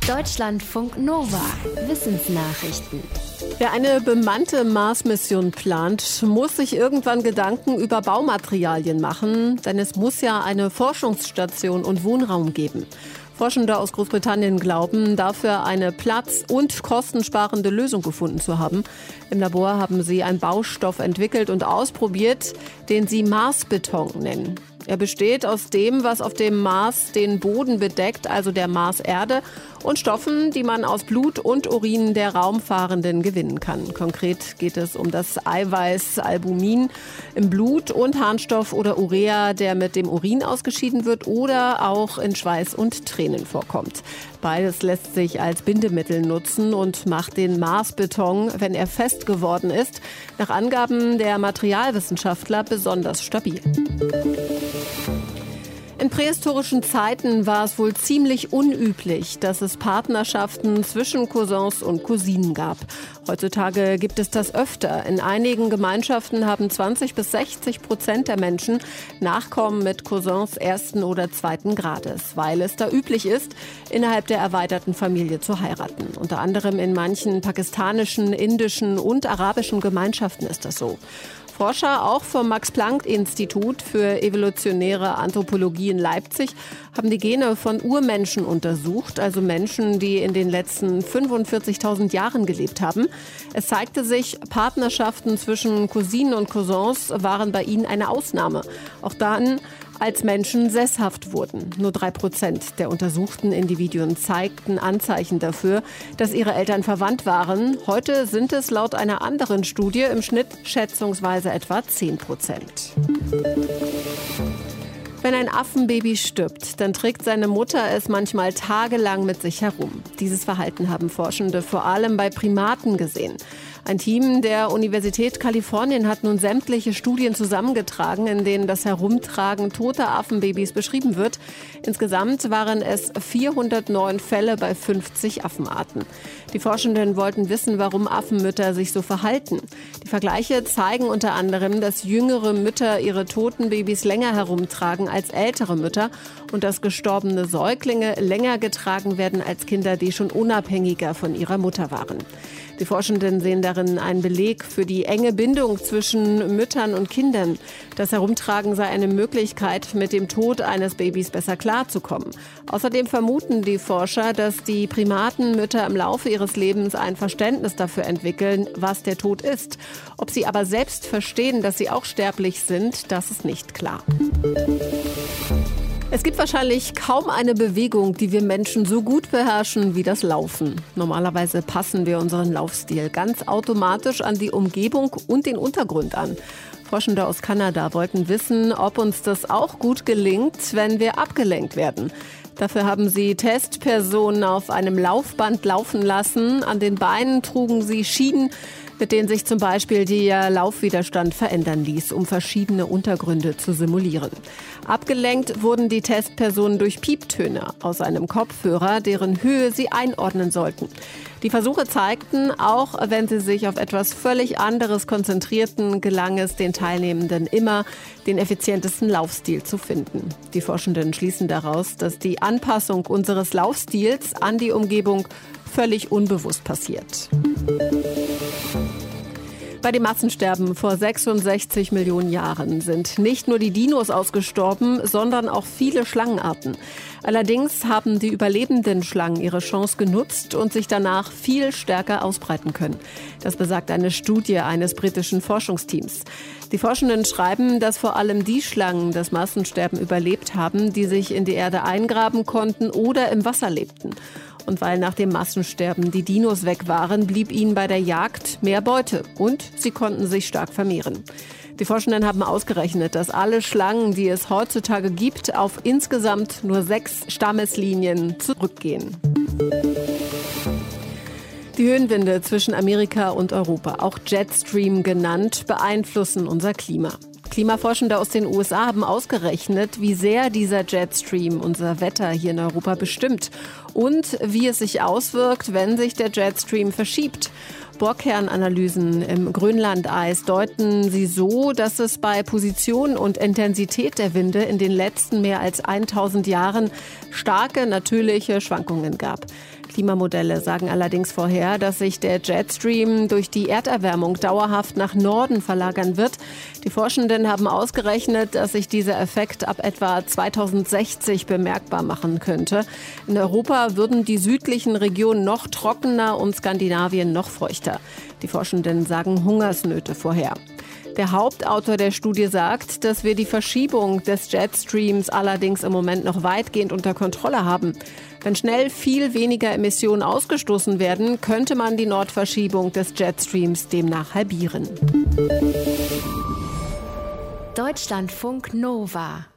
Deutschlandfunk Nova. Wissensnachrichten. Wer eine bemannte Mars-Mission plant, muss sich irgendwann Gedanken über Baumaterialien machen, denn es muss ja eine Forschungsstation und Wohnraum geben. Forschende aus Großbritannien glauben, dafür eine platz- und kostensparende Lösung gefunden zu haben. Im Labor haben sie einen Baustoff entwickelt und ausprobiert, den sie Marsbeton nennen. Er besteht aus dem, was auf dem Mars den Boden bedeckt, also der Marserde, und Stoffen, die man aus Blut und Urin der Raumfahrenden gewinnen kann. Konkret geht es um das Eiweiß Albumin im Blut und Harnstoff oder Urea, der mit dem Urin ausgeschieden wird oder auch in Schweiß und Tränen vorkommt. Beides lässt sich als Bindemittel nutzen und macht den Marsbeton, wenn er fest geworden ist, nach Angaben der Materialwissenschaftler besonders stabil. In prähistorischen Zeiten war es wohl ziemlich unüblich, dass es Partnerschaften zwischen Cousins und Cousinen gab. Heutzutage gibt es das öfter. In einigen Gemeinschaften haben 20-60% der Menschen Nachkommen mit Cousins ersten oder zweiten Grades, weil es da üblich ist, innerhalb der erweiterten Familie zu heiraten. Unter anderem in manchen pakistanischen, indischen und arabischen Gemeinschaften ist das so. Forscher auch vom Max-Planck-Institut für evolutionäre Anthropologie in Leipzig haben die Gene von Urmenschen untersucht, also Menschen, die in den letzten 45.000 Jahren gelebt haben. Es zeigte sich, Partnerschaften zwischen Cousinen und Cousins waren bei ihnen eine Ausnahme. Auch dann, als Menschen sesshaft wurden. Nur 3% der untersuchten Individuen zeigten Anzeichen dafür, dass ihre Eltern verwandt waren. Heute sind es laut einer anderen Studie im Schnitt schätzungsweise etwa 10%. Wenn ein Affenbaby stirbt, dann trägt seine Mutter es manchmal tagelang mit sich herum. Dieses Verhalten haben Forschende vor allem bei Primaten gesehen. Ein Team der Universität Kalifornien hat nun sämtliche Studien zusammengetragen, in denen das Herumtragen toter Affenbabys beschrieben wird. Insgesamt waren es 409 Fälle bei 50 Affenarten. Die Forschenden wollten wissen, warum Affenmütter sich so verhalten. Die Vergleiche zeigen unter anderem, dass jüngere Mütter ihre toten Babys länger herumtragen als ältere Mütter und dass gestorbene Säuglinge länger getragen werden als Kinder, die schon unabhängiger von ihrer Mutter waren. Die Forschenden sehen darin einen Beleg für die enge Bindung zwischen Müttern und Kindern. Das Herumtragen sei eine Möglichkeit, mit dem Tod eines Babys besser klarzukommen. Außerdem vermuten die Forscher, dass die Primatenmütter im Laufe ihres Lebens ein Verständnis dafür entwickeln, was der Tod ist. Ob sie aber selbst verstehen, dass sie auch sterblich sind, das ist nicht klar. Es gibt wahrscheinlich kaum eine Bewegung, die wir Menschen so gut beherrschen wie das Laufen. Normalerweise passen wir unseren Laufstil ganz automatisch an die Umgebung und den Untergrund an. Forschende aus Kanada wollten wissen, ob uns das auch gut gelingt, wenn wir abgelenkt werden. Dafür haben sie Testpersonen auf einem Laufband laufen lassen. An den Beinen trugen sie Schienen, mit denen sich zum Beispiel der Laufwiderstand verändern ließ, um verschiedene Untergründe zu simulieren. Abgelenkt wurden die Testpersonen durch Pieptöne aus einem Kopfhörer, deren Höhe sie einordnen sollten. Die Versuche zeigten, auch wenn sie sich auf etwas völlig anderes konzentrierten, gelang es den Teilnehmenden immer, den effizientesten Laufstil zu finden. Die Forschenden schließen daraus, dass die Anpassung unseres Laufstils an die Umgebung völlig unbewusst passiert. Bei dem Massensterben vor 66 Millionen Jahren sind nicht nur die Dinos ausgestorben, sondern auch viele Schlangenarten. Allerdings haben die überlebenden Schlangen ihre Chance genutzt und sich danach viel stärker ausbreiten können. Das besagt eine Studie eines britischen Forschungsteams. Die Forschenden schreiben, dass vor allem die Schlangen das Massensterben überlebt haben, die sich in die Erde eingraben konnten oder im Wasser lebten. Und weil nach dem Massensterben die Dinos weg waren, blieb ihnen bei der Jagd mehr Beute und sie konnten sich stark vermehren. Die Forschenden haben ausgerechnet, dass alle Schlangen, die es heutzutage gibt, auf insgesamt nur 6 Stammeslinien zurückgehen. Die Höhenwinde zwischen Amerika und Europa, auch Jetstream genannt, beeinflussen unser Klima. Klimaforschende aus den USA haben ausgerechnet, wie sehr dieser Jetstream unser Wetter hier in Europa bestimmt und wie es sich auswirkt, wenn sich der Jetstream verschiebt. Bohrkernanalysen im Grönlandeis deuten sie so, dass es bei Position und Intensität der Winde in den letzten mehr als 1000 Jahren starke natürliche Schwankungen gab. Klimamodelle sagen allerdings vorher, dass sich der Jetstream durch die Erderwärmung dauerhaft nach Norden verlagern wird. Die Forschenden haben ausgerechnet, dass sich dieser Effekt ab etwa 2060 bemerkbar machen könnte. In Europa würden die südlichen Regionen noch trockener und Skandinavien noch feuchter. Die Forschenden sagen Hungersnöte vorher. Der Hauptautor der Studie sagt, dass wir die Verschiebung des Jetstreams allerdings im Moment noch weitgehend unter Kontrolle haben. Wenn schnell viel weniger Emissionen ausgestoßen werden, könnte man die Nordverschiebung des Jetstreams demnach halbieren. Deutschlandfunk Nova